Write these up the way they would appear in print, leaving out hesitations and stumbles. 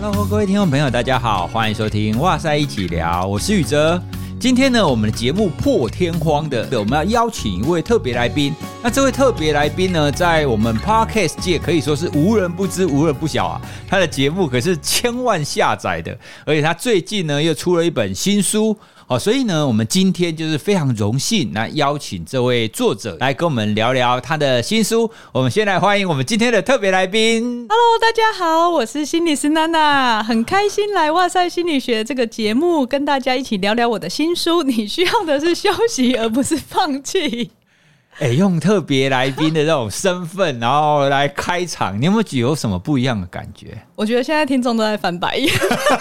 Hello， 各位听众朋友，大家好，欢迎收听哇塞一起聊，我是宇哲。今天呢，我们的节目破天荒的，我们要邀请一位特别来宾。那这位特别来宾呢，在我们 Podcast 界可以说是无人不知、无人不晓啊。他的节目可是千万下载的，而且他最近呢又出了一本新书。所以呢，我们今天就是非常荣幸来邀请这位作者来跟我们聊聊他的新书。我们先来欢迎我们今天的特别来宾。 Hello， 大家好，我是心理师娜娜，很开心来哇塞心理学这个节目，跟大家一起聊聊我的新书。你需要的是休息，而不是放弃。 用特别来宾的这种身份，然后来开场，你有没有有什么不一样的感觉？ 我觉得现在听众都在翻白眼。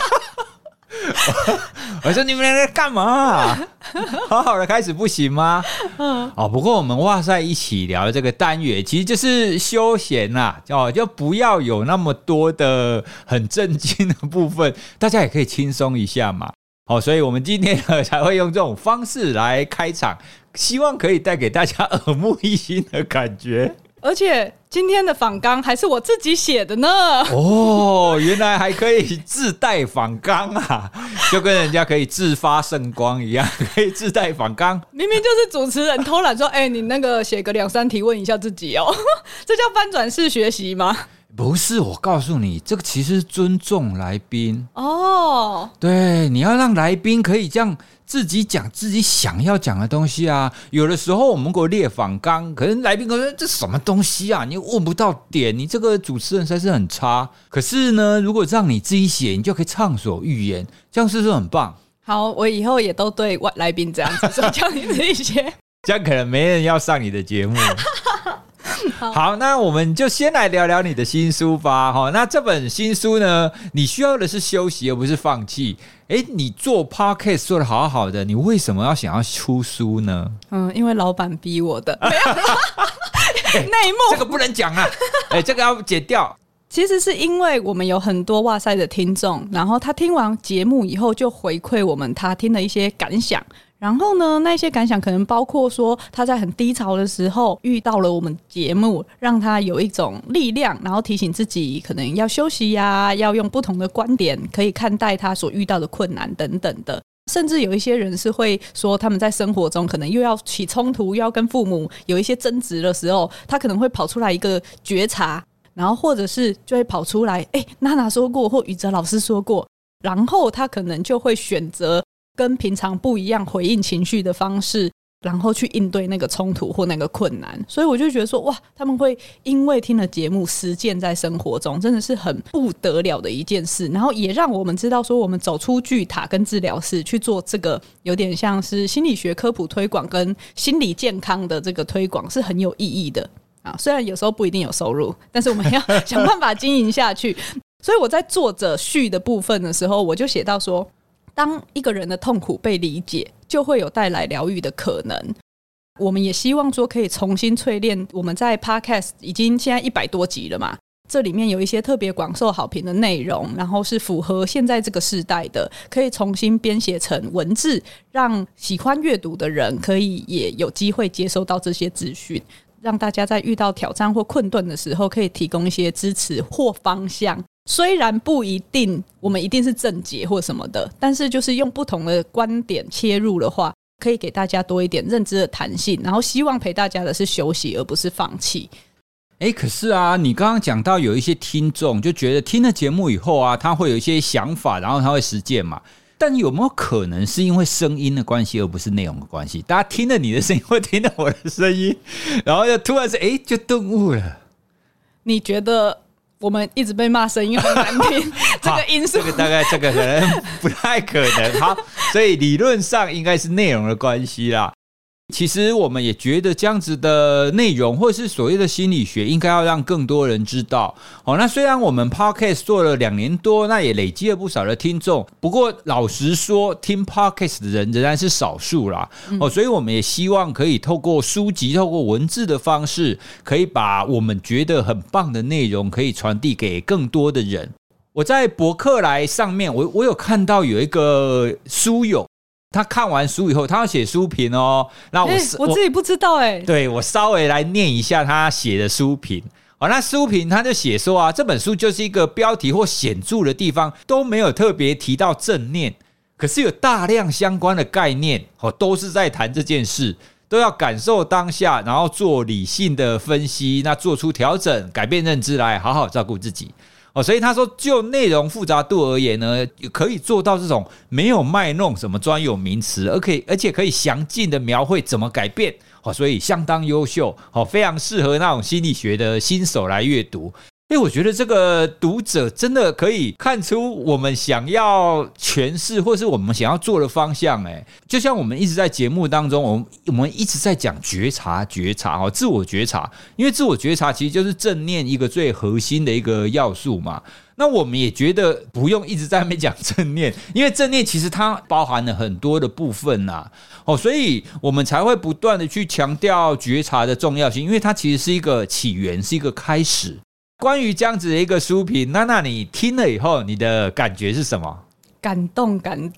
我说你们在干嘛？好好的开始不行吗？不过我们哇塞一起聊的这个单元其实就是休闲啦，就不要有那么多的很震惊的部分，大家也可以轻松一下嘛。所以我们今天呢才会用这种方式来开场，希望可以带给大家耳目一新的感觉。 而且今天的访纲还是我自己写的呢。 原来还可以自带访纲啊，就跟人家可以自发圣光一样，可以自带访纲。 明明就是主持人偷懒说，你那个写个2-3题问一下自己哦，这叫翻转式学习吗？ 不是，我告诉你，这个其实是尊重来宾哦。 对，你要让来宾可以这样自己讲自己想要讲的东西啊。有的时候我们给我列访纲，可能来宾可能这什么东西啊，你问不到点，你这个主持人实在是很差。可是呢，如果让你自己写，你就可以畅所欲言，这样是不是很棒？ 好，我以后也都对来宾这样子说，叫你自己写。 这样可能没人要上你的节目。好，那我们就先来聊聊你的新书吧。那这本新书呢，你需要的是休息而不是放弃。你做 podcast 做得好好的，你为什么要想要出书呢？ 因为老板逼我的。没有内幕这个不能讲啊。这个要剪掉。 其实是因为我们有很多哇塞的听众，然后他听完节目以后就回馈我们他听的一些感想。然后呢，那些感想可能包括说他在很低潮的时候遇到了我们节目，让他有一种力量，然后提醒自己可能要休息呀，要用不同的观点可以看待他所遇到的困难等等的。甚至有一些人是会说他们在生活中可能又要起冲突，又要跟父母有一些争执的时候，他可能会跑出来一个觉察，然后或者是就会跑出来娜娜说过或宇哲老师说过，然后他可能就会选择跟平常不一样回应情绪的方式，然后去应对那个冲突或那个困难。所以我就觉得说，哇，他们会因为听了节目实践在生活中，真的是很不得了的一件事。然后也让我们知道说，我们走出巨塔跟治疗室去做这个有点像是心理学科普推广跟心理健康的这个推广是很有意义的虽然有时候不一定有收入，但是我们要想办法经营下去。所以我在作者序的部分的时候，我就写到说，当一个人的痛苦被理解，就会有带来疗愈的可能。我们也希望说可以重新淬炼，我们在 Podcast 已经现在100多集了嘛，这里面有一些特别广受好评的内容，然后是符合现在这个世代的，可以重新编写成文字，让喜欢阅读的人可以也有机会接收到这些资讯，让大家在遇到挑战或困顿的时候可以提供一些支持或方向。虽然不一定我们一定是正解或什么的，但是就是用不同的观点切入的话，可以给大家多一点认知的弹性，然后希望陪大家的是休息而不是放弃。 可是啊，你刚刚讲到有一些听众就觉得听了节目以后啊，他会有一些想法，然后他会实践嘛。但有没有可能是因为声音的关系而不是内容的关系？大家听了你的声音或听了我的声音，然后就突然是就顿悟了。 你觉得我们一直被骂声音很难听这个因素， 这个可能不太可能。好，所以理论上应该是内容的关系啦。其实我们也觉得这样子的内容或是所谓的心理学应该要让更多人知道。那虽然我们 Podcast 做了2年多，那也累积了不少的听众，不过老实说听 Podcast 的人仍然是少数啦。所以我们也希望可以透过书籍透过文字的方式，可以把我们觉得很棒的内容可以传递给更多的人。我在博客来上面我有看到有一个书友，他看完书以后他要写书评那我自己不知道对， 我稍微来念一下他写的书评。 那书评他就写说啊，这本书就是一个标题或显著的地方都没有特别提到正念，可是有大量相关的概念都是在谈这件事，都要感受当下，然后做理性的分析，那做出调整，改变认知来好好照顾自己。所以他说就内容复杂度而言呢，可以做到这种没有卖弄什么专有名词，而且可以详尽的描绘怎么改变，所以相当优秀，非常适合那种心理学的新手来阅读。我觉得这个读者真的可以看出我们想要诠释或是我们想要做的方向。就像我们一直在节目当中，我们一直在讲觉察自我觉察，因为自我觉察其实就是正念一个最核心的一个要素嘛。那我们也觉得不用一直在那边讲正念，因为正念其实它包含了很多的部分所以我们才会不断的去强调觉察的重要性，因为它其实是一个起源，是一个开始。关于这样子的一个书评，娜娜你听了以后你的感觉是什么？ 感动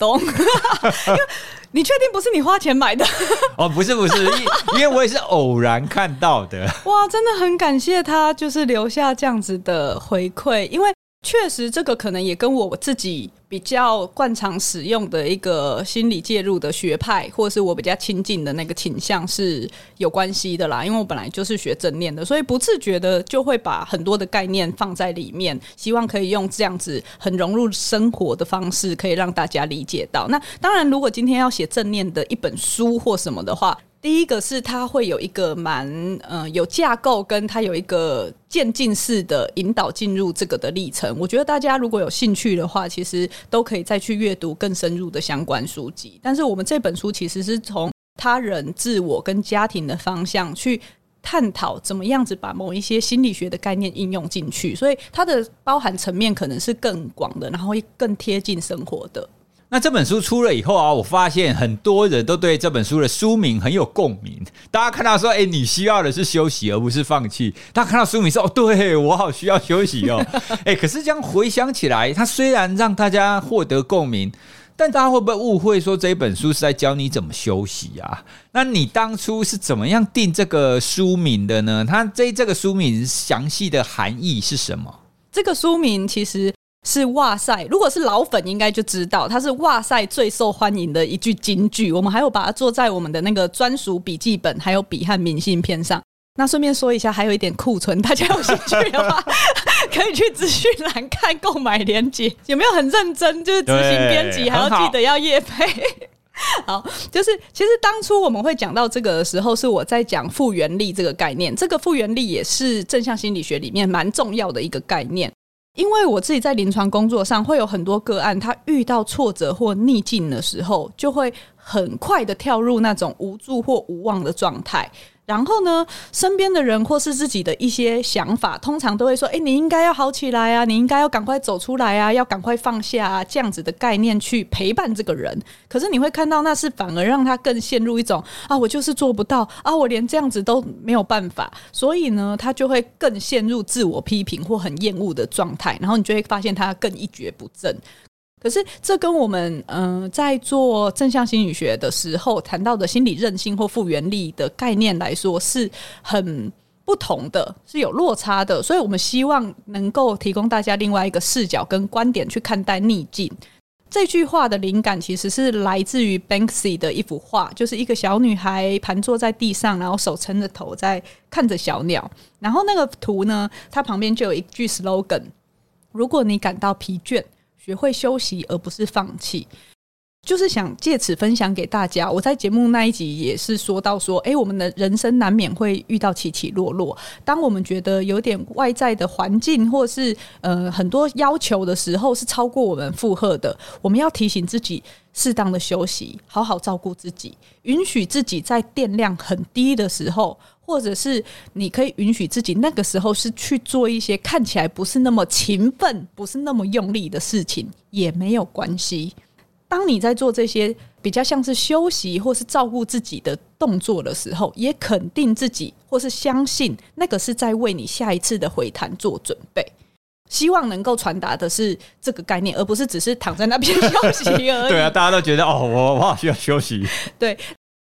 你确定不是你花钱买的？ 不是因为我也是偶然看到的。 哇，真的很感谢他就是留下这样子的回馈，因为确实这个可能也跟我自己比较惯常使用的一个心理介入的学派，或是我比较亲近的那个倾向是有关系的啦。因为我本来就是学正念的，所以不自觉的就会把很多的概念放在里面，希望可以用这样子很融入生活的方式可以让大家理解到。那当然如果今天要写正念的一本书或什么的话，第一个是它会有一个蛮有架构，跟它有一个渐进式的引导进入这个的历程。我觉得大家如果有兴趣的话，其实都可以再去阅读更深入的相关书籍。但是我们这本书其实是从他人、自我跟家庭的方向去探讨怎么样子把某一些心理学的概念应用进去，所以它的包含层面可能是更广的，然后会更贴近生活的。 那这本书出了以后我发现很多人都对这本书的书名很有共鸣。大家看到说你需要的是休息而不是放弃，大家看到书名说对，我好需要休息可是这样回想起来，它虽然让大家获得共鸣，但大家会不会误会说这本书是在教你怎么休息啊？那你当初是怎么样定这个书名的呢？它这个书名详细的含义是什么？ 这个书名其实是哇塞，如果是老粉应该就知道它是哇塞最受欢迎的一句金句，我们还有把它做在我们的那个专属笔记本还有笔和明信片上。那顺便说一下，还有一点库存，大家有兴趣的话可以去资讯栏看购买连结。有没有很认真？就是执行编辑还要记得要业配。好，就是其实当初我们会讲到这个的时候，是我在讲复原力这个概念。这个复原力也是正向心理学里面蛮重要的一个概念。因为我自己在临床工作上会有很多个案，他遇到挫折或逆境的时候，就会很快的跳入那种无助或无望的状态。然后呢，身边的人或是自己的一些想法通常都会说你应该要好起来啊，你应该要赶快走出来啊，要赶快放下啊，这样子的概念去陪伴这个人。可是你会看到那是反而让他更陷入一种我就是做不到啊，我连这样子都没有办法，所以呢他就会更陷入自我批评或很厌恶的状态，然后你就会发现他更一蹶不振。可是这跟我们在做正向心理学的时候谈到的心理韧性或复原力的概念来说是很不同的，是有落差的。所以我们希望能够提供大家另外一个视角跟观点去看待逆境。这句话的灵感其实是来自于 Banksy 的一幅画，就是一个小女孩盘坐在地上，然后手撑着头在看着小鸟。然后那个图呢，它旁边就有一句 slogan： 如果你感到疲倦，学会休息而不是放弃。就是想借此分享给大家。我在节目那一集也是说到说我们的人生难免会遇到起起落落，当我们觉得有点外在的环境或是很多要求的时候是超过我们负荷的，我们要提醒自己适当的休息，好好照顾自己，允许自己在电量很低的时候，或者是你可以允许自己那个时候是去做一些看起来不是那么勤奋不是那么用力的事情也没有关系。当你在做这些比较像是休息或是照顾自己的动作的时候，也肯定自己或是相信那个是在为你下一次的回弹做准备。希望能够传达的是这个概念，而不是只是躺在那边休息而已。 对啊，大家都觉得我好需要休息。 对，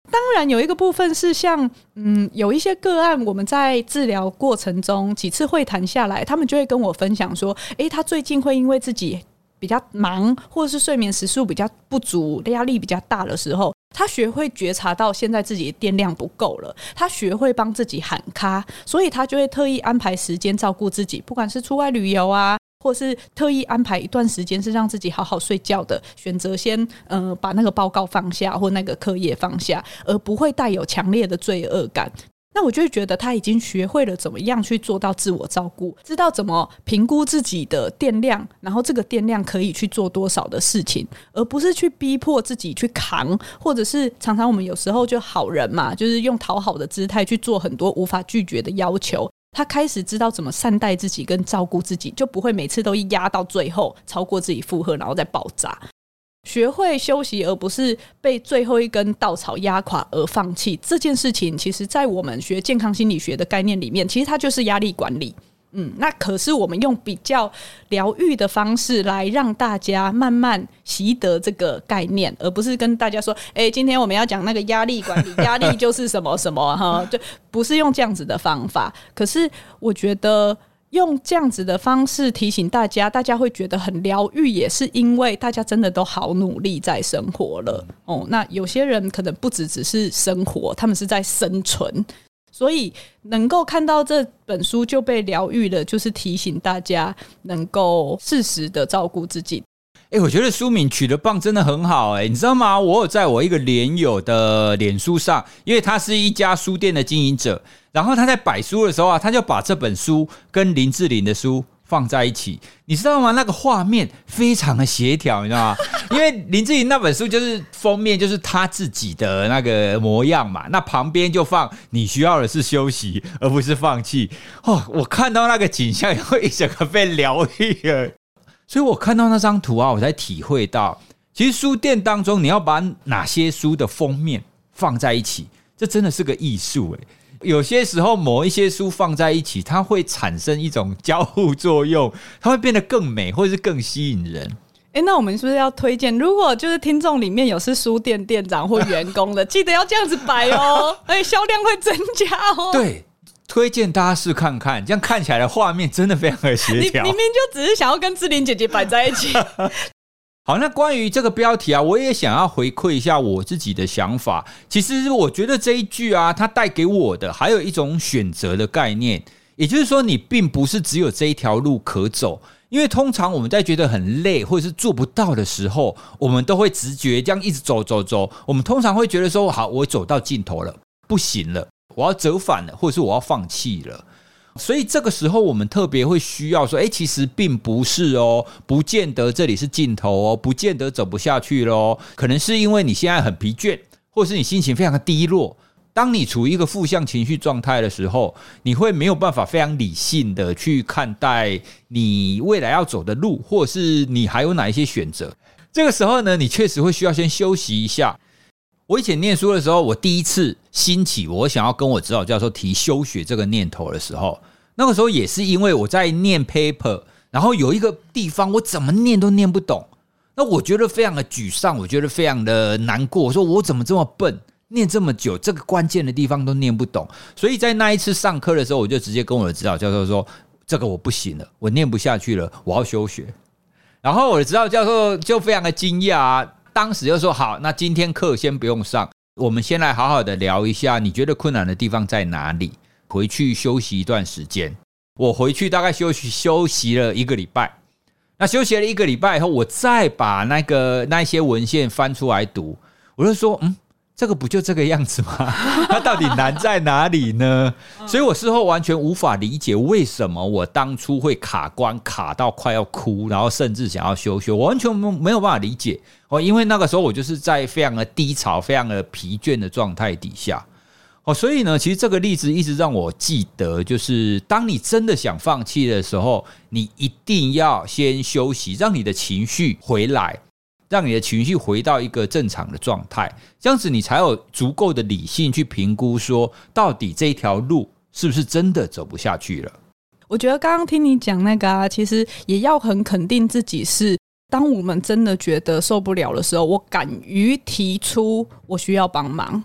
当然有一个部分是像有一些个案，我们在治疗过程中几次会谈下来，他们就会跟我分享说他最近会因为自己比较忙，或者是睡眠时数比较不足，压力比较大的时候，他学会觉察到现在自己的电量不够了，他学会帮自己喊卡，所以他就会特意安排时间照顾自己，不管是出外旅游啊，或是特意安排一段时间是让自己好好睡觉的，选择先把那个报告放下或那个课业放下，而不会带有强烈的罪恶感。那我就会觉得他已经学会了怎么样去做到自我照顾，知道怎么评估自己的电量，然后这个电量可以去做多少的事情，而不是去逼迫自己去扛，或者是常常我们有时候就好人嘛，就是用讨好的姿态去做很多无法拒绝的要求。他开始知道怎么善待自己跟照顾自己，就不会每次都压到最后超过自己负荷然后再爆炸。学会休息而不是被最后一根稻草压垮而放弃，这件事情其实在我们学健康心理学的概念里面，其实它就是压力管理。那可是我们用比较疗愈的方式来让大家慢慢习得这个概念，而不是跟大家说今天我们要讲那个压力管理，压力就是什么什么就不是用这样子的方法。可是我觉得用这样子的方式提醒大家，大家会觉得很疗愈，也是因为大家真的都好努力在生活了。那有些人可能不只是生活，他们是在生存，所以能够看到这本书就被疗愈了，就是提醒大家能够适时的照顾自己。 我觉得书名取得棒，真的很好。你知道吗？我有在我一个连友的脸书上，因为他是一家书店的经营者，然后他在摆书的时候他就把这本书跟林志玲的书放在一起，你知道吗？那个画面非常的协调，你知道吗？因为林志玲那本书就是封面就是他自己的那个模样嘛，那旁边就放你需要的是休息，而不是放弃。我看到那个景象，也会一整个被疗愈了。所以我看到那张图我才体会到，其实书店当中你要把哪些书的封面放在一起，这真的是个艺术。有些时候某一些书放在一起，它会产生一种交互作用，它会变得更美，或者是更吸引人。 那我们是不是要推荐，如果就是听众里面有是书店店长或员工的记得要这样子摆而且销量会增加对，推荐大家试看看，这样看起来的画面真的非常的协调。 你明明就只是想要跟志玲姐姐摆在一起好，那关于这个标题我也想要回馈一下我自己的想法。其实我觉得这一句它带给我的还有一种选择的概念，也就是说你并不是只有这一条路可走。因为通常我们在觉得很累或者是做不到的时候，我们都会直觉这样一直走，我们通常会觉得说，好，我走到尽头了，不行了，我要折返了，或者是我要放弃了。所以这个时候我们特别会需要说，其实并不是不见得这里是尽头不见得走不下去了可能是因为你现在很疲倦，或者是你心情非常的低落。当你处于一个负向情绪状态的时候，你会没有办法非常理性的去看待你未来要走的路，或者是你还有哪一些选择。这个时候呢，你确实会需要先休息一下。我以前念书的时候，我第一次兴起我想要跟我指导教授提休学这个念头的时候，那个时候也是因为我在念 paper， 然后有一个地方我怎么念都念不懂，那我觉得非常的沮丧，我觉得非常的难过，我说我怎么这么笨，念这么久，这个关键的地方都念不懂。所以在那一次上课的时候，我就直接跟我的指导教授说，这个我不行了，我念不下去了，我要休学。然后我的指导教授就非常的惊讶当时就说，好，那今天课先不用上，我们先来好好的聊一下你觉得困难的地方在哪里，回去休息一段时间。我回去大概休息了1个礼拜，那休息了1个礼拜以后，我再把那些文献翻出来读，我就说这个不就这个样子吗？它到底难在哪里呢？所以我事后完全无法理解为什么我当初会卡关卡到快要哭，然后甚至想要休学，我完全没有办法理解因为那个时候我就是在非常的低潮非常的疲倦的状态底下所以呢，其实这个例子一直让我记得，就是当你真的想放弃的时候，你一定要先休息，让你的情绪回来，让你的情绪回到一个正常的状态，这样子你才有足够的理性去评估说，到底这一条路是不是真的走不下去了。 我觉得刚刚听你讲那个其实也要很肯定自己是，当我们真的觉得受不了的时候，我敢于提出我需要帮忙。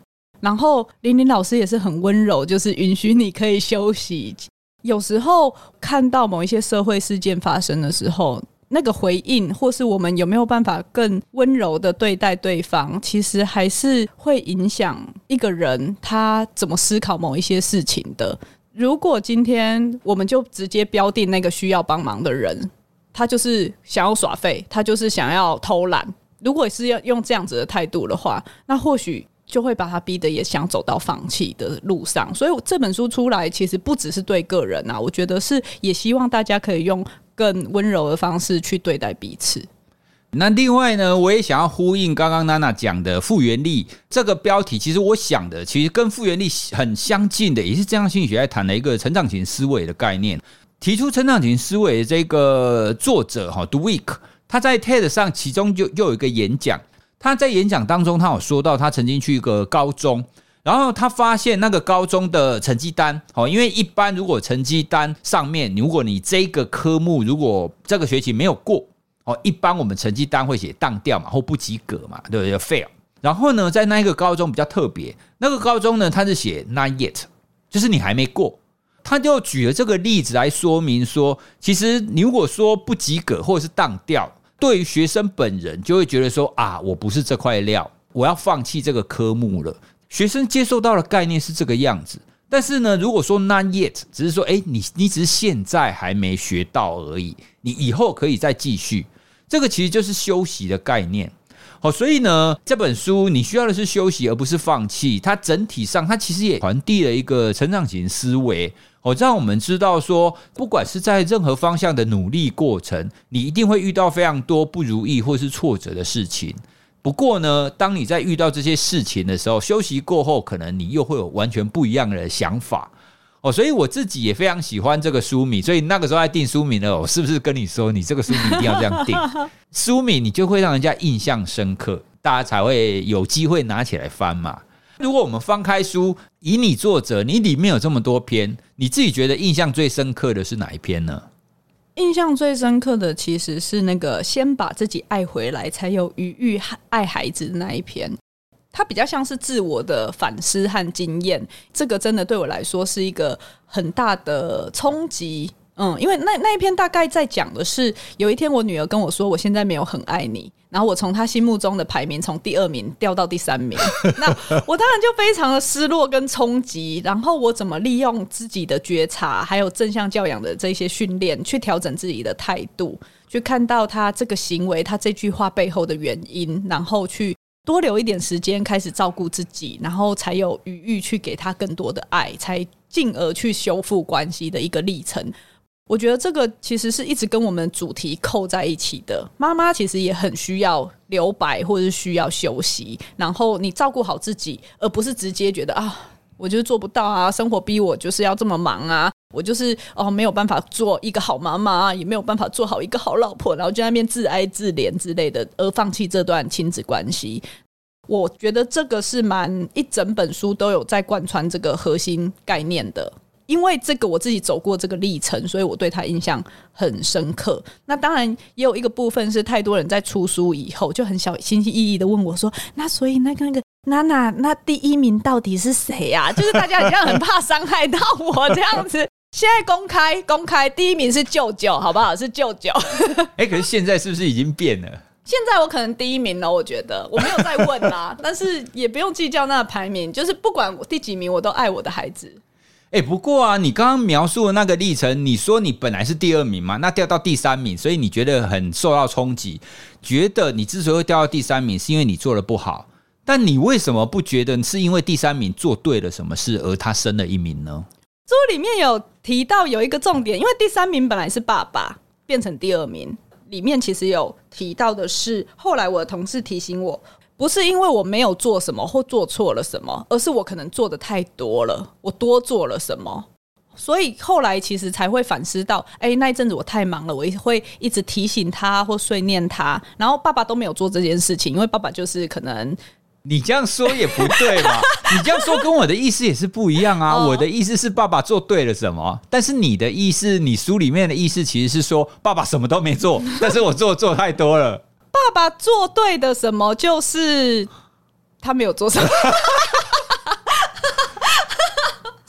然后玲玲老师也是很温柔，就是允许你可以休息。有时候看到某一些社会事件发生的时候，那个回应或是我们有没有办法更温柔的对待对方，其实还是会影响一个人他怎么思考某一些事情的。如果今天我们就直接标定那个需要帮忙的人，他就是想要耍废，他就是想要偷懒，如果是要用这样子的态度的话，那或许就会把他逼得也想走到放弃的路上。所以这本书出来其实不只是对个人啊，我觉得是也希望大家可以用更温柔的方式去对待彼此。 那另外呢，我也想要呼应刚刚娜娜讲的复原力这个标题，其实我想的其实跟复原力很相近的，也是正向心理学在谈的一个成长型思维的概念。提出成长型思维的这个作者Dweck， 他在 TED 上其中就有一个演讲，他在演讲当中他有说到他曾经去一个高中，然后他发现那个高中的成绩单，因为一般如果成绩单上面如果你这个科目如果这个学期没有过，一般我们成绩单会写当掉嘛，或不及格嘛，对不对 fail。 然后呢在那一个高中比较特别，那个高中呢他是写 not yet， 就是你还没过。他就举了这个例子来说明说，其实你如果说不及格或者是当掉，对于学生本人就会觉得说啊，我不是这块料，我要放弃这个科目了。学生接受到的概念是这个样子。但是呢，如果说 not yet， 只是说你只是现在还没学到而已，你以后可以再继续，这个其实就是休息的概念。所以呢，这本书你需要的是休息，而不是放弃。它整体上，它其实也传递了一个成长型思维，让我们知道说，不管是在任何方向的努力过程，你一定会遇到非常多不如意或是挫折的事情。不过呢，当你在遇到这些事情的时候，休息过后，可能你又会有完全不一样的想法。所以我自己也非常喜欢这个书名，所以那个时候在定书名了，我是不是跟你说，你这个书名一定要这样定？书名你就会让人家印象深刻，大家才会有机会拿起来翻嘛。如果我们翻开书，以你作者，你里面有这么多篇，你自己觉得印象最深刻的是哪一篇呢？ 印象最深刻的其实是那个先把自己爱回来，才有余裕爱孩子的那一篇。它比较像是自我的反思和经验，这个真的对我来说是一个很大的冲击。因为那一篇大概在讲的是，有一天我女儿跟我说，我现在没有很爱你，然后我从她心目中的排名从第2名掉到第3名，那我当然就非常的失落跟冲击。然后我怎么利用自己的觉察，还有正向教养的这些训练，去调整自己的态度，去看到她这个行为，她这句话背后的原因，然后去多留一点时间开始照顾自己，然后才有余裕去给他更多的爱，才进而去修复关系的一个历程。我觉得这个其实是一直跟我们主题扣在一起的。妈妈其实也很需要留白，或者是需要休息，然后你照顾好自己，而不是直接觉得啊，我就是做不到啊，生活逼我就是要这么忙啊，我就是没有办法做一个好妈妈，也没有办法做好一个好老婆，然后就在那边自哀自怜之类的，而放弃这段亲子关系。我觉得这个是一整本书都有在贯穿这个核心概念的。因为这个我自己走过这个历程，所以我对他印象很深刻。那当然也有一个部分是太多人在出书以后就很小心翼翼的问我说，那所以那个娜娜，那第1名到底是谁啊？就是大家好像很怕伤害到我这样子。现在公开第1名是舅舅，好不好？是舅舅。 可是现在是不是已经变了？ 现在我可能第1名了，我觉得我没有再问啦但是也不用计较那个排名，就是不管我第几名，我都爱我的孩子。 不过啊，你刚刚描述的那个历程，你说你本来是第2名嘛，那掉到第3名，所以你觉得很受到冲击，觉得你之所以会掉到第3名是因为你做得不好，但你为什么不觉得是因为第3名做对了什么事而他升了1名呢？ 书里面有提到有一个重点，因为第3名本来是爸爸变成第2名，里面其实有提到的是，后来我的同事提醒我，不是因为我没有做什么或做错了什么，而是我可能做的太多了，我多做了什么。所以后来其实才会反思到，那一阵子我太忙了，我会一直提醒他或碎念他，然后爸爸都没有做这件事情，因为爸爸就是可能你这样说也不对嘛你这样说跟我的意思也是不一样啊我的意思是爸爸做对了什么，但是你的意思，你书里面的意思其实是说爸爸什么都没做但是我做太多了。 爸爸做对的什么就是他没有做什么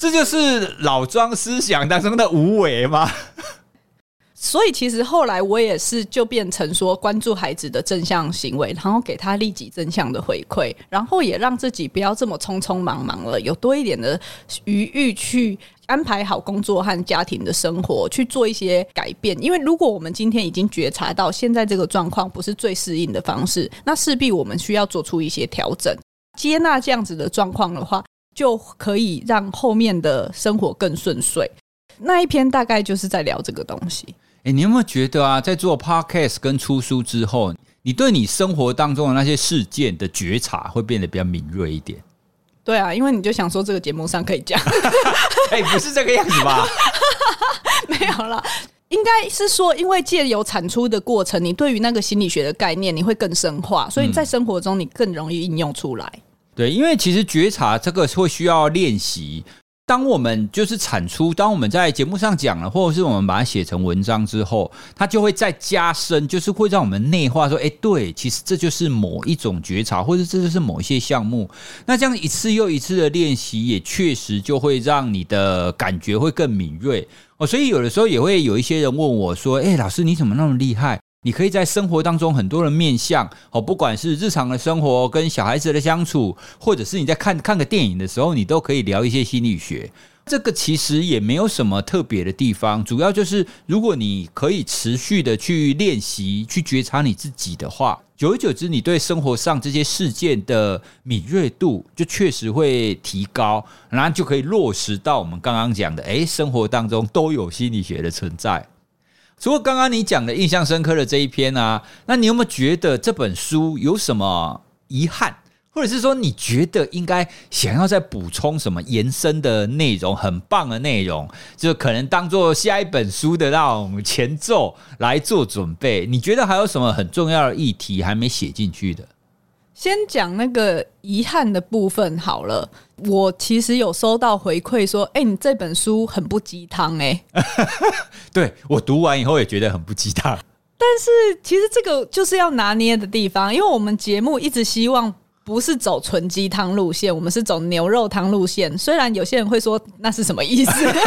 这就是老庄思想当中的无为吗？ 所以其实后来我也是就变成说关注孩子的正向行为，然后给他立即正向的回馈，然后也让自己不要这么匆匆忙忙了，有多一点的余裕去安排好工作和家庭的生活，去做一些改变。因为如果我们今天已经觉察到现在这个状况不是最适应的方式，那势必我们需要做出一些调整。接纳这样子的状况的话，就可以让后面的生活更顺遂。那一篇大概就是在聊这个东西。 你有没有觉得啊，在做 podcast 跟出书之后，你对你生活当中的那些事件的觉察会变得比较敏锐一点？ 对啊，因为你就想说这个节目上可以讲不是这个样子吧？ 没有啦，应该是说因为借由产出的过程，你对于那个心理学的概念你会更深化，所以在生活中你更容易应用出来。 对，因为其实觉察这个会需要练习。当我们就是产出，当我们在节目上讲了，或者是我们把它写成文章之后，它就会再加深，就是会让我们内化说，对，其实这就是某一种觉察，或者这就是某一些项目。那这样一次又一次的练习，也确实就会让你的感觉会更敏锐。所以有的时候也会有一些人问我说，老师你怎么那么厉害？你可以在生活当中很多的面向，不管是日常的生活跟小孩子的相处，或者是你在看个电影的时候，你都可以聊一些心理学。这个其实也没有什么特别的地方，主要就是如果你可以持续的去练习，去觉察你自己的话，久而久之你对生活上这些事件的敏锐度就确实会提高，然后就可以落实到我们刚刚讲的生活当中都有心理学的存在。除了刚刚你讲的印象深刻的这一篇啊，那你有没有觉得这本书有什么遗憾，或者是说你觉得应该想要再补充什么延伸的内容，很棒的内容，就可能当做下一本书的那种前奏来做准备？你觉得还有什么很重要的议题还没写进去的？ 先讲那个遗憾的部分好了。我其实有收到回馈说，你这本书很不鸡汤对，我读完以后也觉得很不鸡汤。 但是其实这个就是要拿捏的地方，因为我们节目一直希望不是走纯鸡汤路线，我们是走牛肉汤路线。虽然有些人会说那是什么意思但是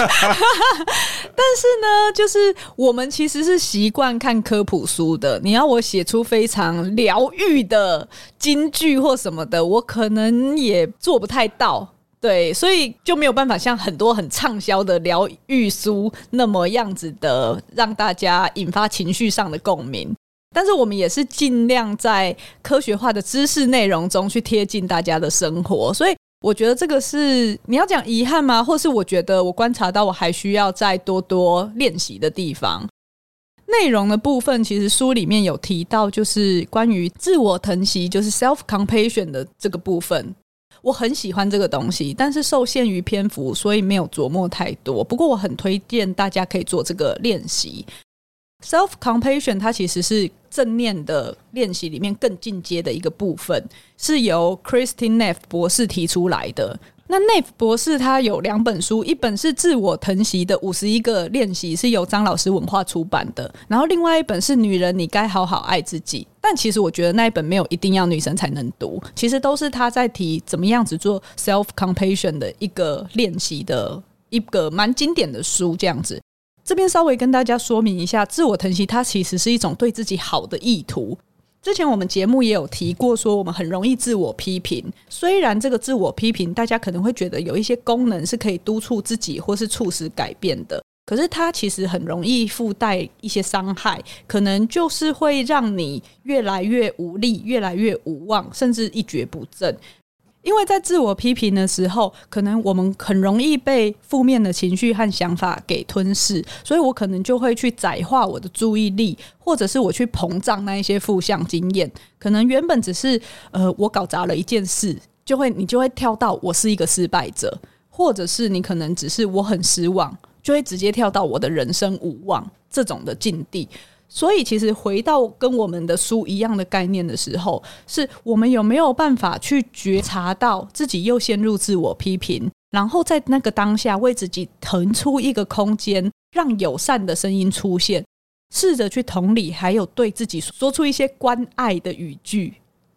呢，就是我们其实是习惯看科普书的，你要我写出非常疗愈的金句或什么的，我可能也做不太到。对，所以就没有办法像很多很畅销的疗愈书那么样子的让大家引发情绪上的共鸣。但是我们也是尽量在科学化的知识内容中去贴近大家的生活，所以我觉得这个是你要讲遗憾吗？或是我觉得我观察到我还需要再多多练习的地方。内容的部分其实书里面有提到，就是关于自我疼惜，就是 self compassion 的这个部分。我很喜欢这个东西，但是受限于篇幅，所以没有琢磨太多。不过我很推荐大家可以做这个练习。self compassion 它其实是正念的练习里面更进阶的一个部分，是由 Christine Neff 博士提出来的。那 Neff 博士他有2本书，一本是自我疼惜的51个练习，是由张老师文化出版的，然后另外一本是女人你该好好爱自己。但其实我觉得那一本没有一定要女生才能读，其实都是他在提怎么样子做 self compassion 的一个练习的一个蛮经典的书这样子。这边稍微跟大家说明一下，自我疼惜它其实是一种对自己好的意图。之前我们节目也有提过说我们很容易自我批评，虽然这个自我批评大家可能会觉得有一些功能是可以督促自己或是促使改变的，可是它其实很容易附带一些伤害，可能就是会让你越来越无力，越来越无望，甚至一蹶不振。因为在自我批评的时候，可能我们很容易被负面的情绪和想法给吞噬，所以我可能就会去窄化我的注意力，或者是我去膨胀那一些负向经验。可能原本只是我搞砸了一件事，你就会跳到我是一个失败者，或者是你可能只是我很失望，就会直接跳到我的人生无望这种的境地。所以其实回到跟我们的书一样的概念的时候，是我们有没有办法去觉察到自己又陷入自我批评，然后在那个当下为自己腾出一个空间，让友善的声音出现，试着去同理，还有对自己说出一些关爱的语句。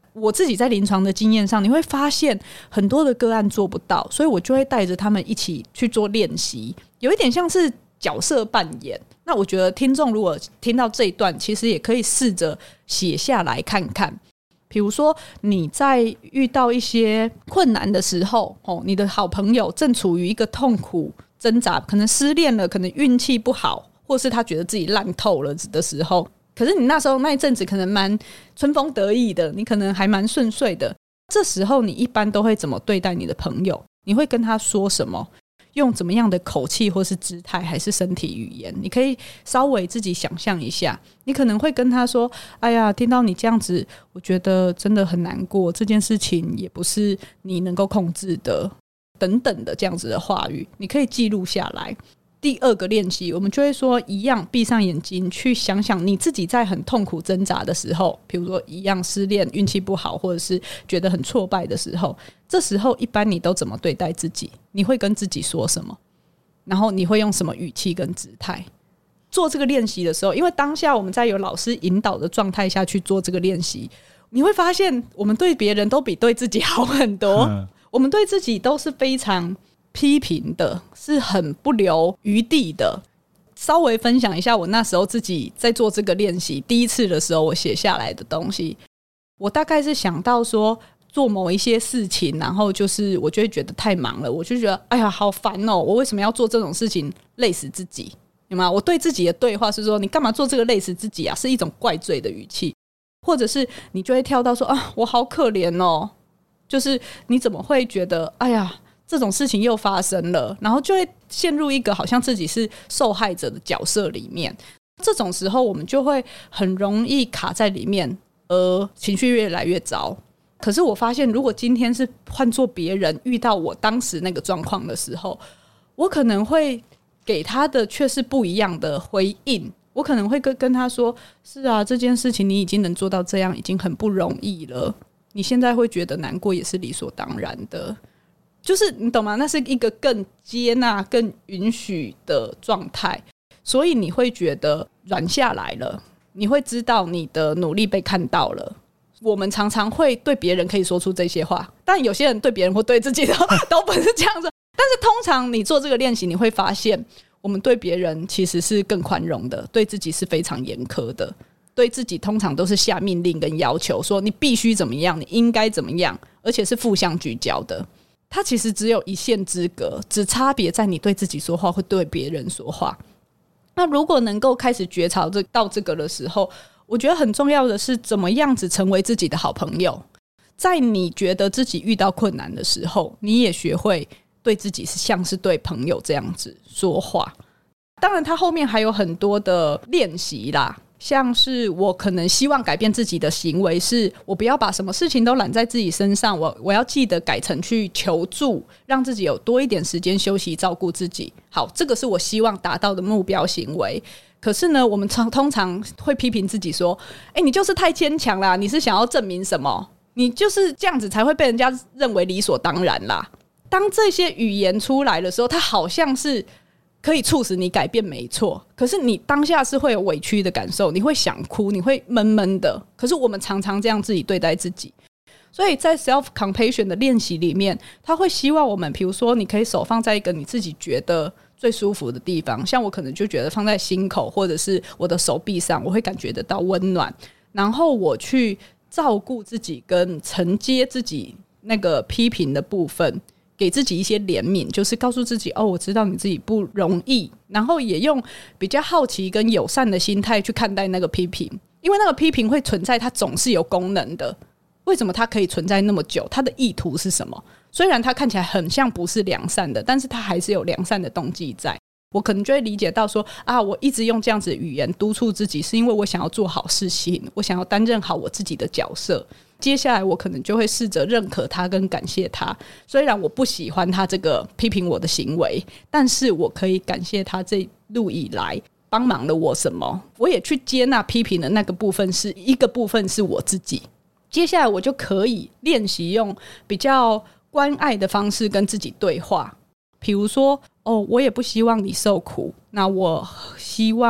我自己在临床的经验上，你会发现很多的个案做不到，所以我就会带着他们一起去做练习，有一点像是角色扮演。那我觉得听众如果听到这一段，其实也可以试着写下来看看。比如说你在遇到一些困难的时候，你的好朋友正处于一个痛苦挣扎，可能失恋了，可能运气不好，或是他觉得自己烂透了的时候，可是你那时候那一阵子可能蛮春风得意的，你可能还蛮顺遂的，这时候你一般都会怎么对待你的朋友？你会跟他说什么？用怎么样的口气或是姿态还是身体语言？你可以稍微自己想象一下，你可能会跟他说，哎呀，听到你这样子，我觉得真的很难过，这件事情也不是你能够控制的，等等的这样子的话语，你可以记录下来。第二个练习，我们就会说一样闭上眼睛去想想你自己在很痛苦挣扎的时候，比如说一样失恋运气不好，或者是觉得很挫败的时候，这时候一般你都怎么对待自己？你会跟自己说什么？然后你会用什么语气跟姿态做这个练习的时候，因为当下我们在有老师引导的状态下去做这个练习，你会发现我们对别人都比对自己好很多，我们对自己都是非常批评的，是很不留余地的。稍微分享一下我那时候自己在做这个练习第一次的时候我写下来的东西。我大概是想到说做某一些事情，然后就是我就会觉得太忙了，我就觉得哎呀好烦哦，我为什么要做这种事情，累死自己，有吗？我对自己的对话是说你干嘛做这个累死自己啊，是一种怪罪的语气。或者是你就会跳到说啊我好可怜哦，就是你怎么会觉得哎呀这种事情又发生了，然后就会陷入一个好像自己是受害者的角色里面。这种时候我们就会很容易卡在里面，而情绪越来越糟。可是我发现如果今天是换做别人遇到我当时那个状况的时候，我可能会给他的却是不一样的回应。我可能会跟他说，是啊，这件事情你已经能做到这样已经很不容易了，你现在会觉得难过也是理所当然的，就是你懂吗？那是一个更接纳更允许的状态，所以你会觉得软下来了，你会知道你的努力被看到了。我们常常会对别人可以说出这些话，但有些人对别人或对自己都不是这样子。但是通常你做这个练习，你会发现我们对别人其实是更宽容的，对自己是非常严苛的，对自己通常都是下命令跟要求，说你必须怎么样，你应该怎么样，而且是负向聚焦的。它其实只有一线之隔，只差别在你对自己说话会对别人说话。那如果能够开始觉察到这个的时候，我觉得很重要的是怎么样子成为自己的好朋友。在你觉得自己遇到困难的时候，你也学会对自己是像是对朋友这样子说话。当然它后面还有很多的练习啦，像是我可能希望改变自己的行为，是我不要把什么事情都揽在自己身上，我要记得改成去求助，让自己有多一点时间休息照顾自己。好，这个是我希望达到的目标行为。可是呢，我们通常会批评自己说，你就是太坚强啦，你是想要证明什么？你就是这样子才会被人家认为理所当然啦。当这些语言出来的时候，它好像是可以促使你改变，没错，可是你当下是会有委屈的感受，你会想哭，你会闷闷的。可是我们常常这样自己对待自己，所以在 self compassion 的练习里面，他会希望我们，比如说你可以手放在一个你自己觉得最舒服的地方，像我可能就觉得放在心口或者是我的手臂上，我会感觉得到温暖，然后我去照顾自己跟承接自己那个批评的部分，给自己一些怜悯，就是告诉自己我知道你自己不容易，然后也用比较好奇跟友善的心态去看待那个批评，因为那个批评会存在，它总是有功能的。为什么它可以存在那么久？它的意图是什么？虽然它看起来很像不是良善的，但是它还是有良善的动机在。我可能就会理解到说我一直用这样子的语言督促自己，是因为我想要做好事情，我想要担任好我自己的角色。接下来我可能就会试着认可他跟感谢他，虽然我不喜欢他这个批评我的行为，但是我可以感谢他这一路以来帮忙了我什么，我也去接纳批评的那个部分，是一个部分是我自己。接下来我就可以练习用比较关爱的方式跟自己对话，比如说我也不希望你受苦，那我希望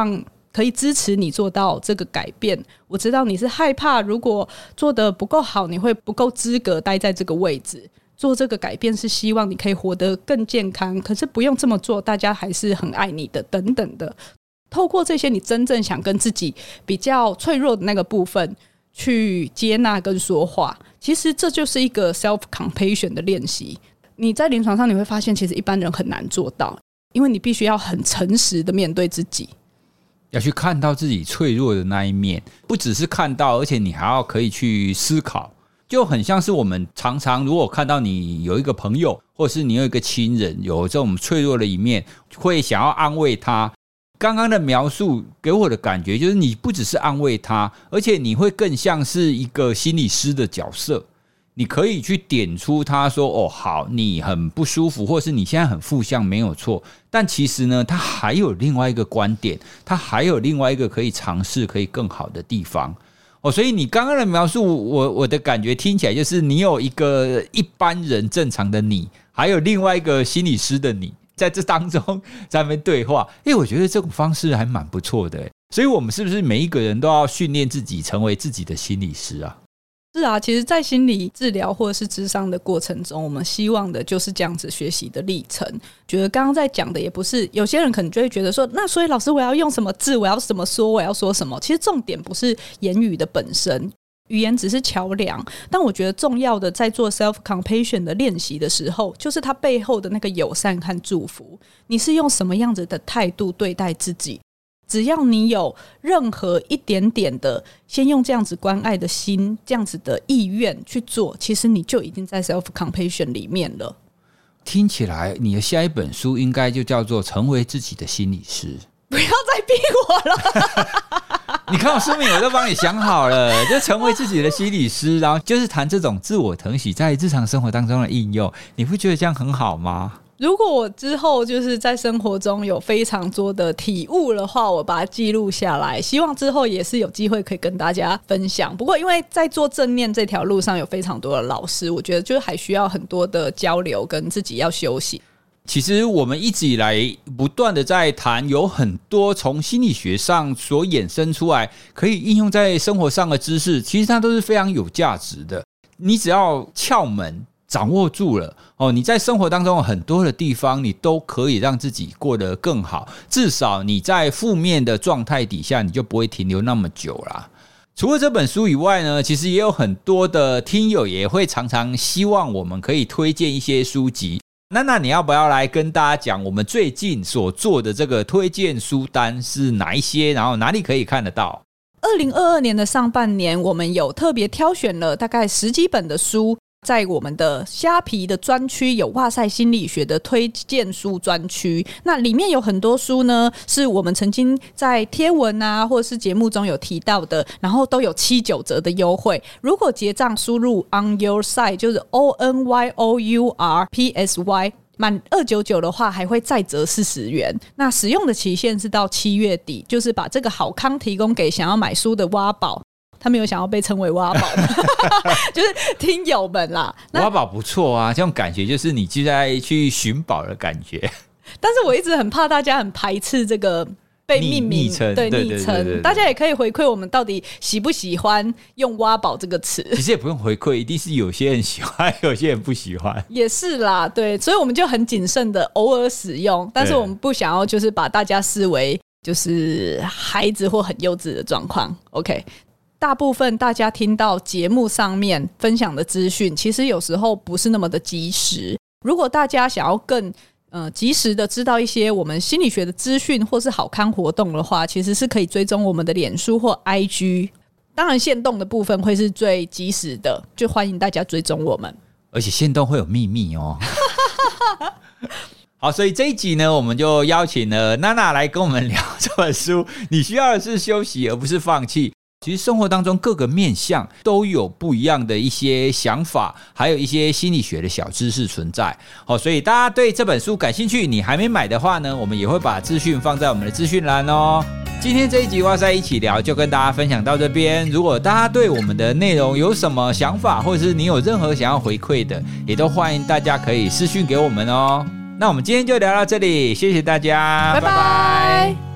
可以支持你做到这个改变。我知道你是害怕如果做得不够好，你会不够资格待在这个位置，做这个改变是希望你可以活得更健康，可是不用这么做，大家还是很爱你的等等的。透过这些你真正想跟自己比较脆弱的那个部分去接纳跟说话，其实这就是一个 self compassion 的练习。你在临床上你会发现其实一般人很难做到，因为你必须要很诚实的面对自己， 要去看到自己脆弱的那一面，不只是看到，而且你还要可以去思考。就很像是我们常常如果看到你有一个朋友或是你有一个亲人有这种脆弱的一面，会想要安慰他。刚刚的描述给我的感觉就是你不只是安慰他，而且你会更像是一个心理师的角色，你可以去点出他说哦好，你很不舒服，或是你现在很负向没有错，但其实呢他还有另外一个观点，他还有另外一个可以尝试可以更好的地方。所以你刚刚的描述我的感觉听起来就是你有一个一般人正常的你，还有另外一个心理师的你，在这当中在那边对话。我觉得这种方式还蛮不错的。所以我们是不是每一个人都要训练自己成为自己的心理师啊？ 是啊，其实在心理治疗或者是諮商的过程中，我们希望的就是这样子学习的历程。觉得刚刚在讲的也不是，有些人可能就会觉得说，那所以老师我要用什么字，我要怎么说，我要说什么。其实重点不是言语的本身，语言只是桥梁，但我觉得重要的在做 self compassion 的练习的时候，就是它背后的那个友善和祝福。你是用什么样子的态度对待自己？只要你有任何一点点的先用这样子关爱的心，这样子的意愿去做，其实你就已经在 self compassion 里面了。 听起来你的下一本书应该就叫做成为自己的心理师。 不要再逼我了你看我书名我都帮你想好了，就成为自己的心理师，然后就是谈这种自我疼惜在日常生活当中的应用。你不觉得这样很好吗？ 如果我之后就是在生活中有非常多的体悟的话，我把它记录下来，希望之后也是有机会可以跟大家分享。不过因为在做正念这条路上有非常多的老师，我觉得就是还需要很多的交流跟自己要休息。 其实我们一直以来不断的在谈，有很多从心理学上所衍生出来可以应用在生活上的知识，其实它都是非常有价值的。你只要窍门掌握住了你在生活当中很多的地方你都可以让自己过得更好，至少你在负面的状态底下你就不会停留那么久啦。除了这本书以外呢，其实也有很多的听友也会常常希望我们可以推荐一些书籍。那你要不要来跟大家讲我们最近所做的这个推荐书单是哪一些，然后哪里可以看得到 ？2022年的上半年我们有特别挑选了大概10几本的书，在我们的虾皮的专区有哇塞心理学的推荐书专区，那里面有很多书呢是我们曾经在贴文啊或者是节目中有提到的，然后都有7-9折的优惠。如果结账输入 on your side 就是 ONYOURPSY 满299的话还会再折40元，那使用的期限是到7月底，就是把这个好康提供给想要买书的挖宝。他们有想要被称为挖宝就是听友们啦。 挖宝不错啊，这种感觉就是你就在去寻宝的感觉。 但是我一直很怕大家很排斥这个被命名昵称， 对昵称，大家也可以回馈我们到底喜不喜欢用挖宝这个词。 其实也不用回馈，一定是有些人喜欢有些人不喜欢， 也是啦，对，所以我们就很谨慎的偶尔使用，但是我们不想要就是把大家视为就是孩子或很幼稚的状况。 OK，大部分大家听到节目上面分享的资讯其实有时候不是那么的及时，如果大家想要更及时的知道一些我们心理学的资讯或是好康活动的话，其实是可以追踪我们的脸书或 IG， 当然限动的部分会是最及时的，就欢迎大家追踪我们， 而且限动会有秘密哦好，所以这一集呢我们就邀请了娜娜来跟我们聊这本书，你需要的是休息而不是放弃。其实生活当中各个面向都有不一样的一些想法，还有一些心理学的小知识存在。所以大家对这本书感兴趣，你还没买的话呢，我们也会把资讯放在我们的资讯栏哦。今天这一集哇塞一起聊就跟大家分享到这边，如果大家对我们的内容有什么想法，或者是你有任何想要回馈的，也都欢迎大家可以私讯给我们哦。那我们今天就聊到这里，谢谢大家，拜拜。